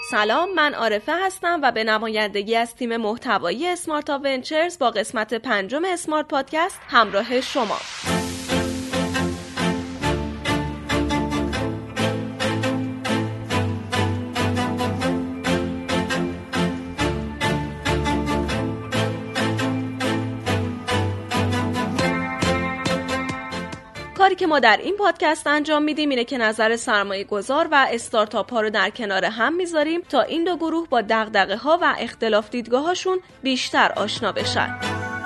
سلام، من عارفه هستم و به نمایندگی از تیم محتوایی اسمارتاپ ونچرز با قسمت 5 اسمارت پادکست همراه شما. کاری که ما در این پادکست انجام میدیم اینه که نظر سرمایه گذار و استارتاپ ها رو در کنار هم میذاریم تا این دو گروه با دغدغه ها و اختلاف دیدگاه هاشون بیشتر آشنا بشن.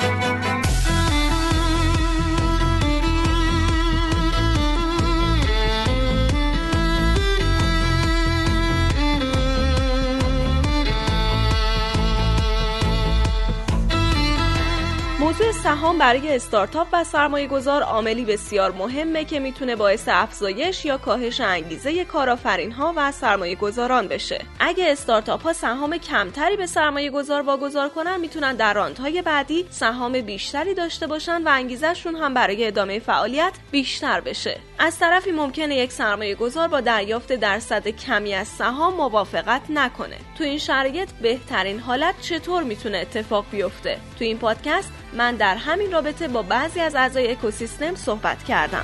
موضوع سهام برای استارتاپ و سرمایه‌گذار عاملی بسیار مهمه که میتونه باعث افزایش یا کاهش انگیزه کارآفرین‌ها و سرمایه‌گذاران بشه. اگه استارتاپ‌ها سهام کمتری به سرمایه‌گذار واگذار کنن، میتونن در راندهای بعدی سهام بیشتری داشته باشن و انگیزه‌شون هم برای ادامه فعالیت بیشتر بشه. از طرفی ممکنه یک سرمایه‌گذار با دریافت درصد کمی از سهام موافقت نکنه. تو این شرایط بهترین حالت چطور میتونه اتفاق بیفته؟ تو این پادکست من در همین رابطه با بعضی از اعضای اکوسیستم صحبت کردم.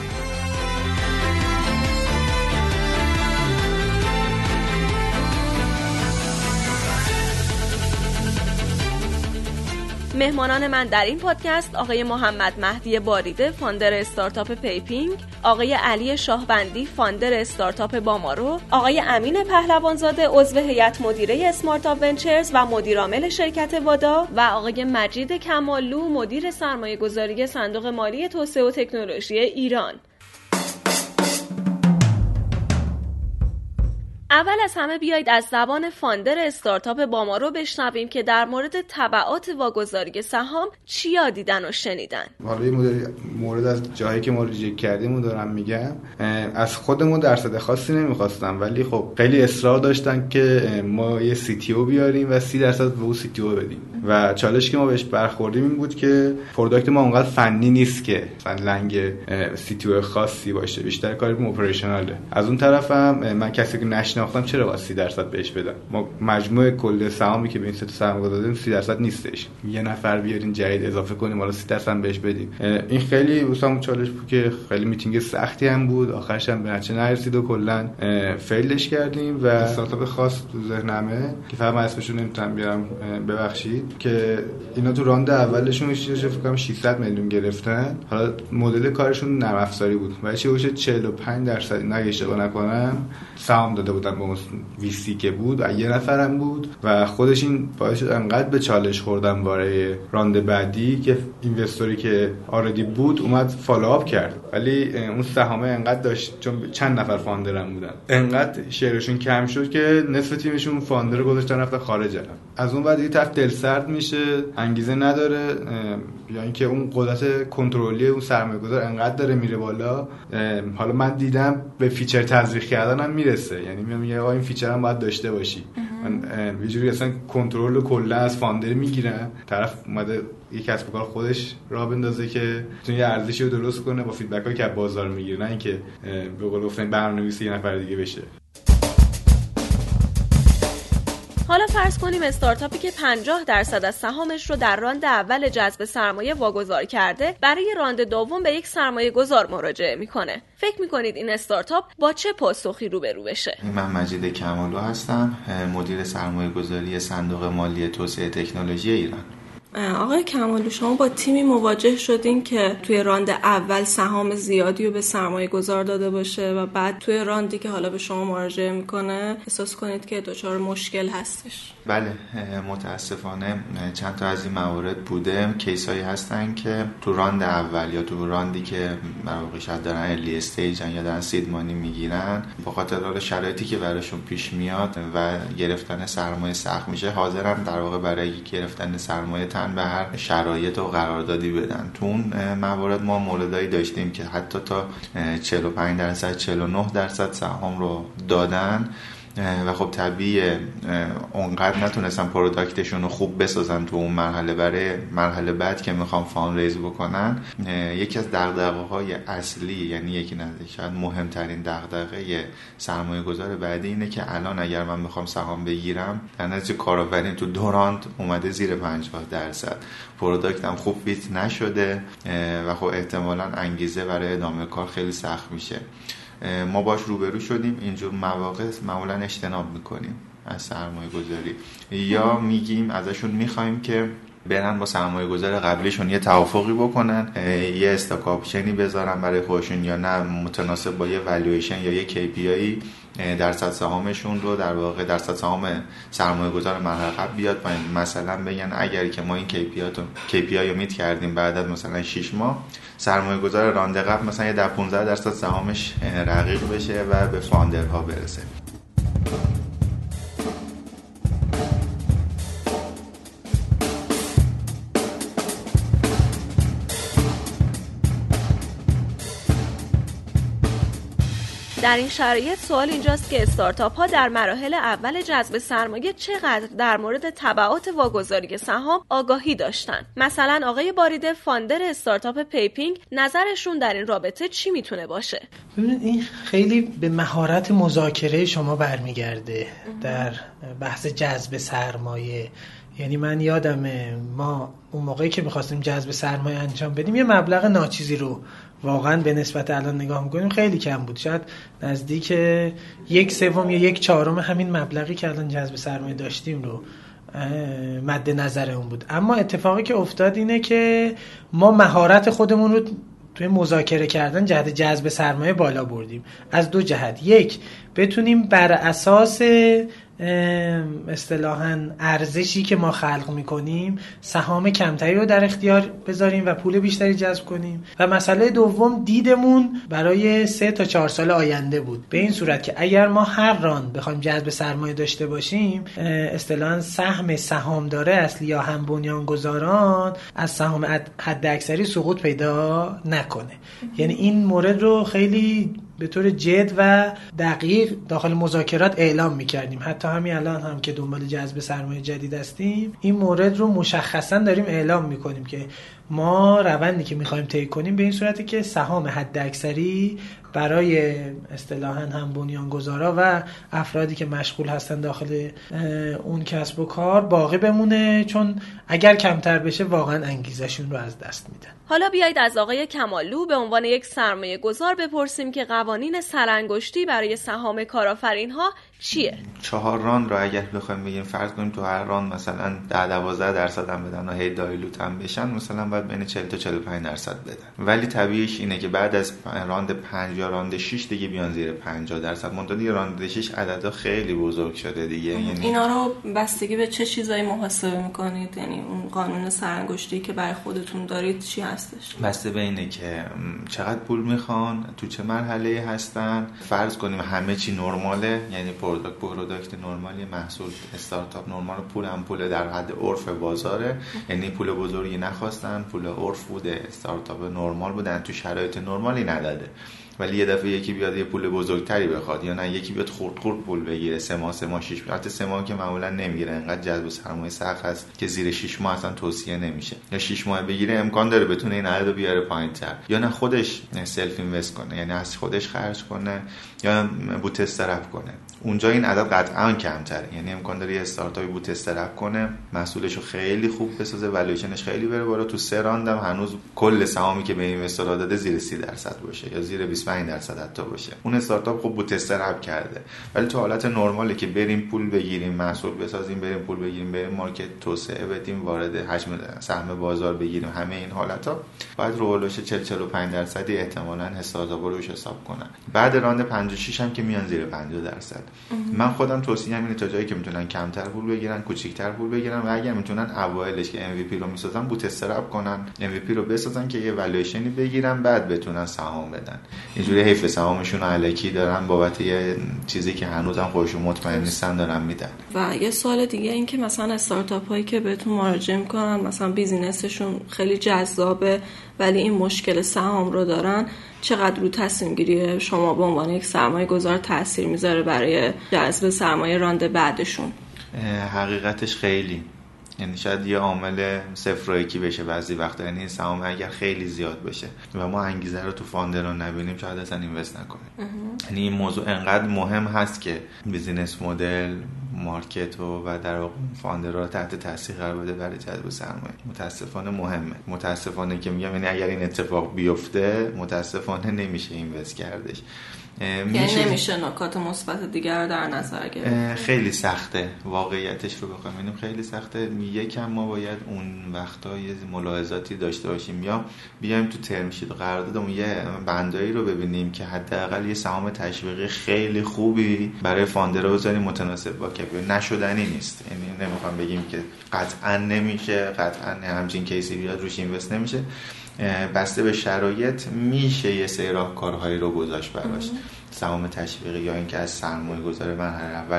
مهمانان من در این پادکست آقای محمد مهدی باریده، فاندر استارتاپ پیپینگ، آقای علی شاهبندی، فاندر استارتاپ بامارو، آقای امین پهلوانزاده، عضو هیئت مدیره اسمارتاپ ونچرز و مدیر عامل شرکت وادا و آقای مجید کماللو، مدیر سرمایه‌گذاری صندوق مالی توسعه و تکنولوژی ایران. اول از همه بیایید از زبان فاندر استارتاپ بامارو بشنویم که در مورد تبعات واگذاری سهام چیا دیدن و شنیدن. حالا یه مورد از جایی که ما ریجکت کردیم دارم میگم. از خودمون درصد خاصی نمیخواستم، ولی خب خیلی اصرار داشتن که ما یه سی تی او بیاریم و 30% به اون سی تی او بدیم و چالش که ما بهش برخوردیم این بود که پروداکت ما اونقدر فنی نیست که مثلا لنگ سی تی او خاصی باشه، بیشتر کاریم اپریشناله. از اون طرفم من کسی که نشناختم چرا با 30% بهش بدم؟ ما مجموع کل سهامی که به این سه تا سرمایه‌گذار دادیم 30% نیستش. یه نفر بیارین جدید اضافه کنیم حالا 30% بهش بدیم. این خیلی واسم چالش بود که خیلی میتینگ سختی هم بود، آخرش هم به نتیجه نرسید و کلا فیلش کردیم و استارتاپ خاص تو ذهنمه که فقط اسمش رو نمیتونم بیارم، ببخشید، که اینا تو راند اولشون فکر کنم 600 میلیون گرفتن. حالا مدل کارشون نرم افزاری بود و چه بشه 45% نگه اشتباه نکنم سهام داده بودن به اون ویسی که بود و یه نفرم بود و خودش این باعث شد انقدر به چالش خوردم برای راند بعدی که اینوستوری که آردی بود اومد فالوآپ کرد، ولی اون سهامه انقدر داشت چون چند نفر فاندرم بودن انقدر شیرشون کم شد که نصف تیمشون فاندر گذاشتن رفتن خارج. از اون بعد یه طرف دلسرد میشه، انگیزه نداره، یا اینکه اون قدرت کنترلی اون سرمایه‌گذار انقدر داره میره بالا. حالا من دیدم به فیچر تزریق کردنم میرسه، یعنی میگه آقا این فیچر هم باید داشته باشی. من یه جوری اصلا کنترل کلا از فاندر میگیرم، طرف اومده یک کسب و کار خودش راه بندازه که بتونه یه ارزشی رو درست کنه با فیدبکایی که از بازار میگیره، نه اینکه به قول گفتن برنامه‌نویس یه نفر دیگه بشه. حالا فرض کنیم استارتاپی که 50% از سهامش رو در راند اول جذب سرمایه واگذار کرده برای راند دوم به یک سرمایه گذار مراجعه میکنه. فکر میکنید این استارتاپ با چه پاسخی روبرو بشه؟ من مجید کماللو هستم، مدیر سرمایه گذاری صندوق مالی توسعه تکنولوژی ایران. آقای کماللو، شما با تیمی مواجه شدین که توی راند اول سهام زیادی رو به سرمایه گذار داده باشه و بعد توی راندی که حالا به شما مراجعه میکنه احساس کنید که دچار مشکل هستش؟ بله، متاسفانه چند تا از این موارد بوده. کیسایی هستن که تو راند اول یا تو راندی که مراقبش دارن ارلی استیجن یا دارن سید مانی میگیرن، به خاطر شرایطی که براشون پیش میاد و گرفتن سرمایه سخت میشه، حاضرن در واقع برای گرفتن سرمایه به هر شرایط و قراردادی بدن. تو اون موارد ما موردایی داشتیم که حتی تا 45% 49% سهام رو دادن و خب طبیعیه اونقدر نتونستن پروداکتشون رو خوب بسازن تو اون مرحله، برای مرحله بعد که میخوام فاند ریز بکنن یکی از دغدغه‌های اصلی، یعنی یکی نه شاید مهمترین دغدغه سرمایه گذار بعدی اینه که الان اگر من میخوام سهام بگیرم در نتیجه کارآفرین تو دوراند اومده زیر 50%، پروداکتم خوب فیت نشده و خب احتمالاً انگیزه برای ادامه کار خیلی سخت میشه. ما باش روبرو شدیم، اینجور مواقع معمولا اجتناب میکنیم از سرمایه گذاری یا میگیم ازشون میخوایم که برن با سرمایه گذار قبلیشون یه توافقی بکنن، یه استاک آپشنی بذارن برای خودشون یا نه متناسب با یه والویشن یا یه KPI درصد سهامشون رو در واقع درصد سهام سرمایه گذار مرحله قبل بیاد پایین. مثلا بگن اگر که ما این KPI رو میت کردیم بعد از مثلا 6 ماه، سرمایه گذار رانده قبل مثلا یه 15% سهامش رقیق بشه و به فاندرها برسه. در این شرایط سوال اینجاست که استارتاپ ها در مراحل اول جذب سرمایه چقدر در مورد تبعات واگذاری سهام آگاهی داشتن؟ مثلا آقای باریده فاندر استارتاپ پیپینگ نظرشون در این رابطه چی میتونه باشه؟ ببینید این خیلی به مهارت مذاکره شما برمیگرده در بحث جذب سرمایه. یعنی من یادمه ما اون موقعی که می‌خواستیم جذب سرمایه انجام بدیم یه مبلغ ناچیزی رو واقعا به نسبت الان نگاه میکنیم خیلی کم بود، شاید نزدیک 1/3 یا 1/4 همین مبلغی که الان جذب سرمایه داشتیم رو مد نظر اون بود. اما اتفاقی که افتاد اینه که ما مهارت خودمون رو توی مذاکره کردن جهت جذب سرمایه بالا بردیم از دو جهت. یک، بتونیم بر اساس اصطلاحاً ارزشی که ما خلق میکنیم سهام کمتری رو در اختیار بذاریم و پول بیشتری جذب کنیم. و مسئله دوم، دیدمون برای 3 تا 4 سال آینده بود، به این صورت که اگر ما هر ران بخوایم جذب سرمایه داشته باشیم اصطلاحاً سهم سهامدار اصلی یا هم بنیانگذاران از سهام حد اکثری سقوط پیدا نکنه. یعنی این مورد رو خیلی به طور جد و دقیق داخل مذاکرات اعلام می‌کردیم. حتی همین الان هم که دنبال جذب سرمایه جدید هستیم این مورد رو مشخصاً داریم اعلام می‌کنیم که ما روندی که می‌خوایم طی کنیم به این صورتی که سهام حد اکثری برای اصطلاحاً هم بنیانگذارا و افرادی که مشغول هستن داخل اون کسب و کار باقی بمونه، چون اگر کمتر بشه واقعاً انگیزشون رو از دست میدن. حالا بیایید از آقای کمالو به عنوان یک سرمایه گذار بپرسیم که قوانین سرانگشتی برای سهام کارآفرین ها چیه؟ 4 راند رو اگر بخوایم بگیم فرض کنیم تو هر راند مثلا 10-12% هم بدن و هی دایلوت هم بشن، مثلا باید بین 40 تا 45% بدن. ولی طبیعیش اینه که بعد از راند 5 یا راند 6 دیگه بیان زیر 50%. منتها دیگه راند 6 عددا خیلی بزرگ شده دیگه. یعنی اینا رو بستگی به چه چیزایی محاسبه میکنید؟ یعنی اون قانون سرانگشتی که برای خودتون دارید چی هستش؟ بسته به اینه که چقدر پول میخوان، تو چه مرحله هستن. فرض کنیم همه چی نرماله، یعنی پروداکت نرمالی، محصول استارتاپ نرمال، پول هم پول در حد عرف بازاره، یعنی پول بزرگی نخواستن، پول عرف بوده، استارتاپ نرمال بودن، تو شرایط نرمالی نداده. ولی یه دفعه یکی بیاد یه پول بزرگتری بخواد یا نه یکی بیاد خرد پول بگیره 3 ماه 6 ماه، حتی 3 ماه که معمولا نمیگیره، انقدر جذب سرمایه سخت هست که زیر 6 ماه اصلا توصیه نمیشه. یا 6 ماه بگیره امکان داره بتونه این عدد رو بیاره پایین‌تر، یا نه خودش سلف اینوست کنه، یعنی از خودش خرج کنه یا بوت استرپ کنه. اونجا این عدد قطعا کمتره، یعنی امکان داره یه استارتاپی بوت استرپ کنه، محصولش رو خیلی خوب بسازه، والویشنش خیلی بره بالا، تو 3 راند هم هنوز کل سهامی که به اینوسترها داده زیر 30% باشه یا زیر 25% حتی باشه. اون استارتاپ خب بوت استرپ کرده. ولی تو حالت نرماله که بریم پول بگیریم، محصول بسازیم، بریم پول بگیریم، بریم مارکت توسعه بدیم، وارد حجم سهم بازار بگیریم، همه این حالتا باید رولش 40-45% احتمالاً استارتاپ‌ها روش حساب کنن. بعد راند 5-6 هم که میان زیر 50%. من خودم توصیه‌ام اینه تا جایی که میتونن کمتر پول بگیرن، کوچیک‌تر پول بگیرن و اگر میتونن اوایلش که MVP رو میسازن بوت استرپ کنن، MVP رو بسازن که یه والویشنی بگیرن، بعد بتونن سهام بدن. یه جوری حیف سهامشون رو الکی دارن بابت یه چیزی که هنوزم خودشون مطمئن نیستن دارن میدن. و یه سوال دیگه این که مثلا استارتاپ هایی که بهتون مراجعه میکنن مثلا بیزینسشون خیلی جذابه ولی این مشکل سهام رو دارن، چقدر رو تصمیم گیری شما به عنوان یک سرمایه گذار تاثیر میذاره برای جذب سرمایه راند بعدشون؟ حقیقتش خیلی، یعنی شاید یه عامل 0 و 1 بشه بعضی وقتا، یعنی این سهام اگر خیلی زیاد بشه و ما انگیزه رو تو فاندران نبینیم شاید اصلا اینوست نکنیم. یعنی این موضوع انقدر مهم هست که بیزینس مدل، مارکت و در واقع فاندرها رو تحت تاثیر قرار بده برای جذب سرمایه. متاسفانه مهمه. متاسفانه که میگم یعنی اگر این اتفاق بیفته متاسفانه نمیشه اینوست کردش. یعنی نمیشه نکات مثبت دیگر رو در نظر گرفت. خیلی سخته، واقعیتش رو بخوام ببینیم خیلی سخته. یکم ما باید اون وقتا یه ملاحظاتی داشته باشیم یا بیایم تو ترم شیت قراردادمون یه بندایی رو ببینیم که حداقل یه سهام تشویقی خیلی خوبی برای فاندرها بذاریم متناسب با کپیتال. نشدنی نیست، یعنی نمیخوام بگیم که قطعا نمیشه، قطعا همچین کیسی بیاد روش اینوست نمیشه. بسته به شرایط میشه یه سری راهکارهایی رو گذاشت براش. سهام تشویقی یا اینکه از سرمایه گذار مرحله اول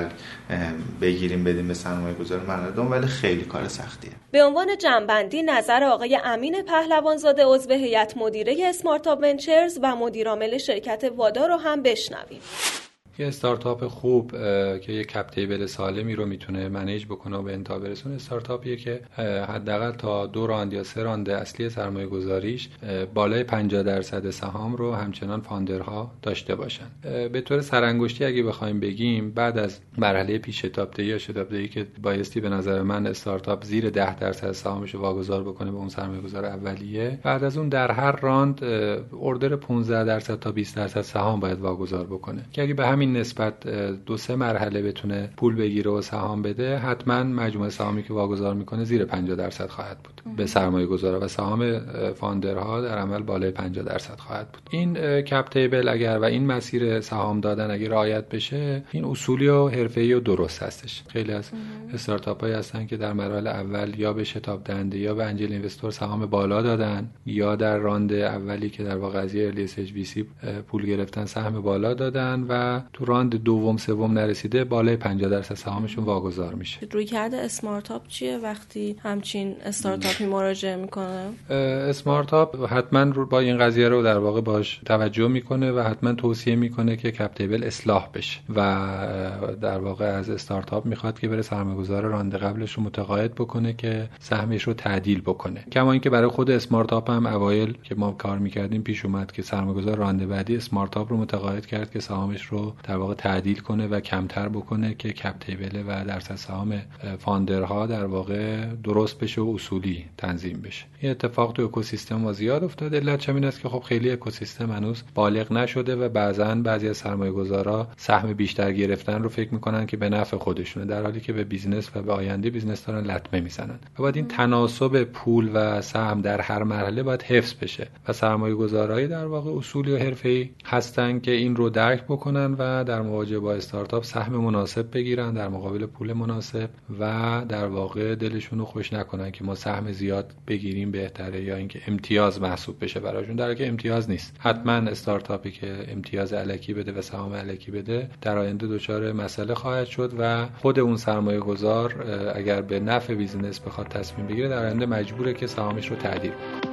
بگیریم بدیم به سرمایه گذار مرحله دوم، ولی خیلی کار سختیه. به عنوان جنبندی نظر آقای امین پهلوانزاده عضو هیئت مدیره اسمارتاپ ونچرز و مدیرعامل شرکت وادا رو هم بشنویم. یه استارتاپ خوب که یه کپ تیبل سالمی رو میتونه منیج بکنه و به انتها برسونه، استارتاپیه که حداقل تا 2 راند یا 3 راند اصلی سرمایه گذاریش بالای 50% سهام رو همچنان فاندرها داشته باشن. به طور سرانگشتی اگه بخوایم بگیم بعد از مرحله پیش شتابدهی یا شتابدهی که بایستی به نظر من استارتاپ زیر 10% سهامش رو واگذار بکنه به اون سرمایه گذار اولیه، بعد از اون در هر راند اوردر 15% تا 20% سهام باید واگذار بکنه که اگه به همین نسبت 2-3 مرحله بتونه پول بگیره و سهام بده، حتما مجموع سهامی که واگذار میکنه زیر 50% خواهد بود به سرمایه گذارا و سهام فاندرها در عمل بالای 50% خواهد بود. این کپ تیبل اگر و این مسیر سهام دادن اگر رعایت بشه، این اصولی و حرفه‌ای و درست هستش. خیلی از استارتاپ‌هایی هستن که در مراحل اول یا به شتاب دهنده یا به انجل اینوستور سهام بالا دادن یا در راند اولی که در واقع قضیه ارلی استیج وی سی پول گرفتن سهم بالا دادن و تو راند دوم سوم نرسیده بالای 50% سهامشون واگذار میشه. رویکرد اسمارتاپ چیه وقتی همچین استارتاپی مراجعه میکنه؟ اسمارتاپ حتما با این قضیه رو در واقع باش توجه میکنه و حتما توصیه میکنه که کپ تیبل اصلاح بشه و در واقع از استارتاپ میخواد که بره سرمایه‌گذار راند قبلش رو متقاعد بکنه که سهمش رو تعدیل بکنه. کما اینکه برای خود اسمارتاپ هم اوایل که ما کار میکردیم پیش اومد که سرمایه‌گذار راند بعدی اسمارتاپ رو متقاعد کرد که سهامش رو در واقع تعدیل کنه و کمتر بکنه که کپ تیبل و درصد سهام فاندرها در واقع درست بشه و اصولی تنظیم بشه. این اتفاق تو اکوسیستم ما زیاد افتاده. علت همین است که خب خیلی اکوسیستم هنوز بالغ نشده و بعضی از سرمایه‌گذارا سهم بیشتر گرفتن رو فکر میکنن که به نفع خودشونه، در حالی که به بیزنس و به آینده بیزنس دارن لطمه میزنن. و باید این تناسب پول و سهم در هر مرحله باید حفظ بشه و سرمایه‌گذارای در واقع اصولی و حرفه‌ای هستن که این رو درک بکنن و در مواجهه با استارتاپ سهم مناسب بگیرن در مقابل پول مناسب و در واقع دلشون رو خوش نکنن که ما سهم زیاد بگیریم بهتره یا اینکه امتیاز محسوب بشه براشون، در حالی که امتیاز نیست. حتما استارتاپی که امتیاز الکی بده و سهام الکی بده در آینده دچار مسئله خواهد شد و خود اون سرمایه گذار اگر به نفع بیزینس بخواد تصمیم بگیره در آینده مجبوره که سهامش رو تعدیل کنه.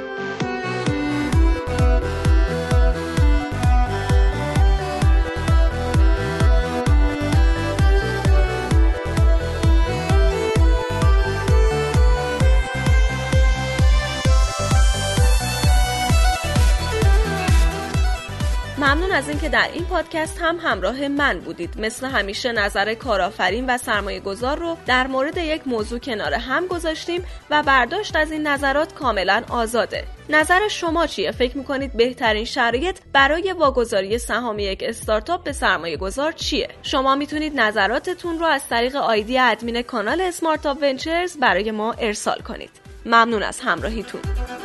ممنون از اینکه در این پادکست هم همراه من بودید. مثل همیشه نظر کارآفرین و سرمایه گذار رو در مورد یک موضوع کنار هم گذاشتیم و برداشت از این نظرات کاملا آزاده. نظر شما چیه؟ فکر میکنید بهترین شرایط برای واگذاری سهام یک استارتاپ به سرمایه گذار چیه؟ شما میتونید نظراتتون رو از طریق آیدی ادمین کانال اسمارتاپ ونچرز برای ما ارسال کنید. ممنون از همراهیتون.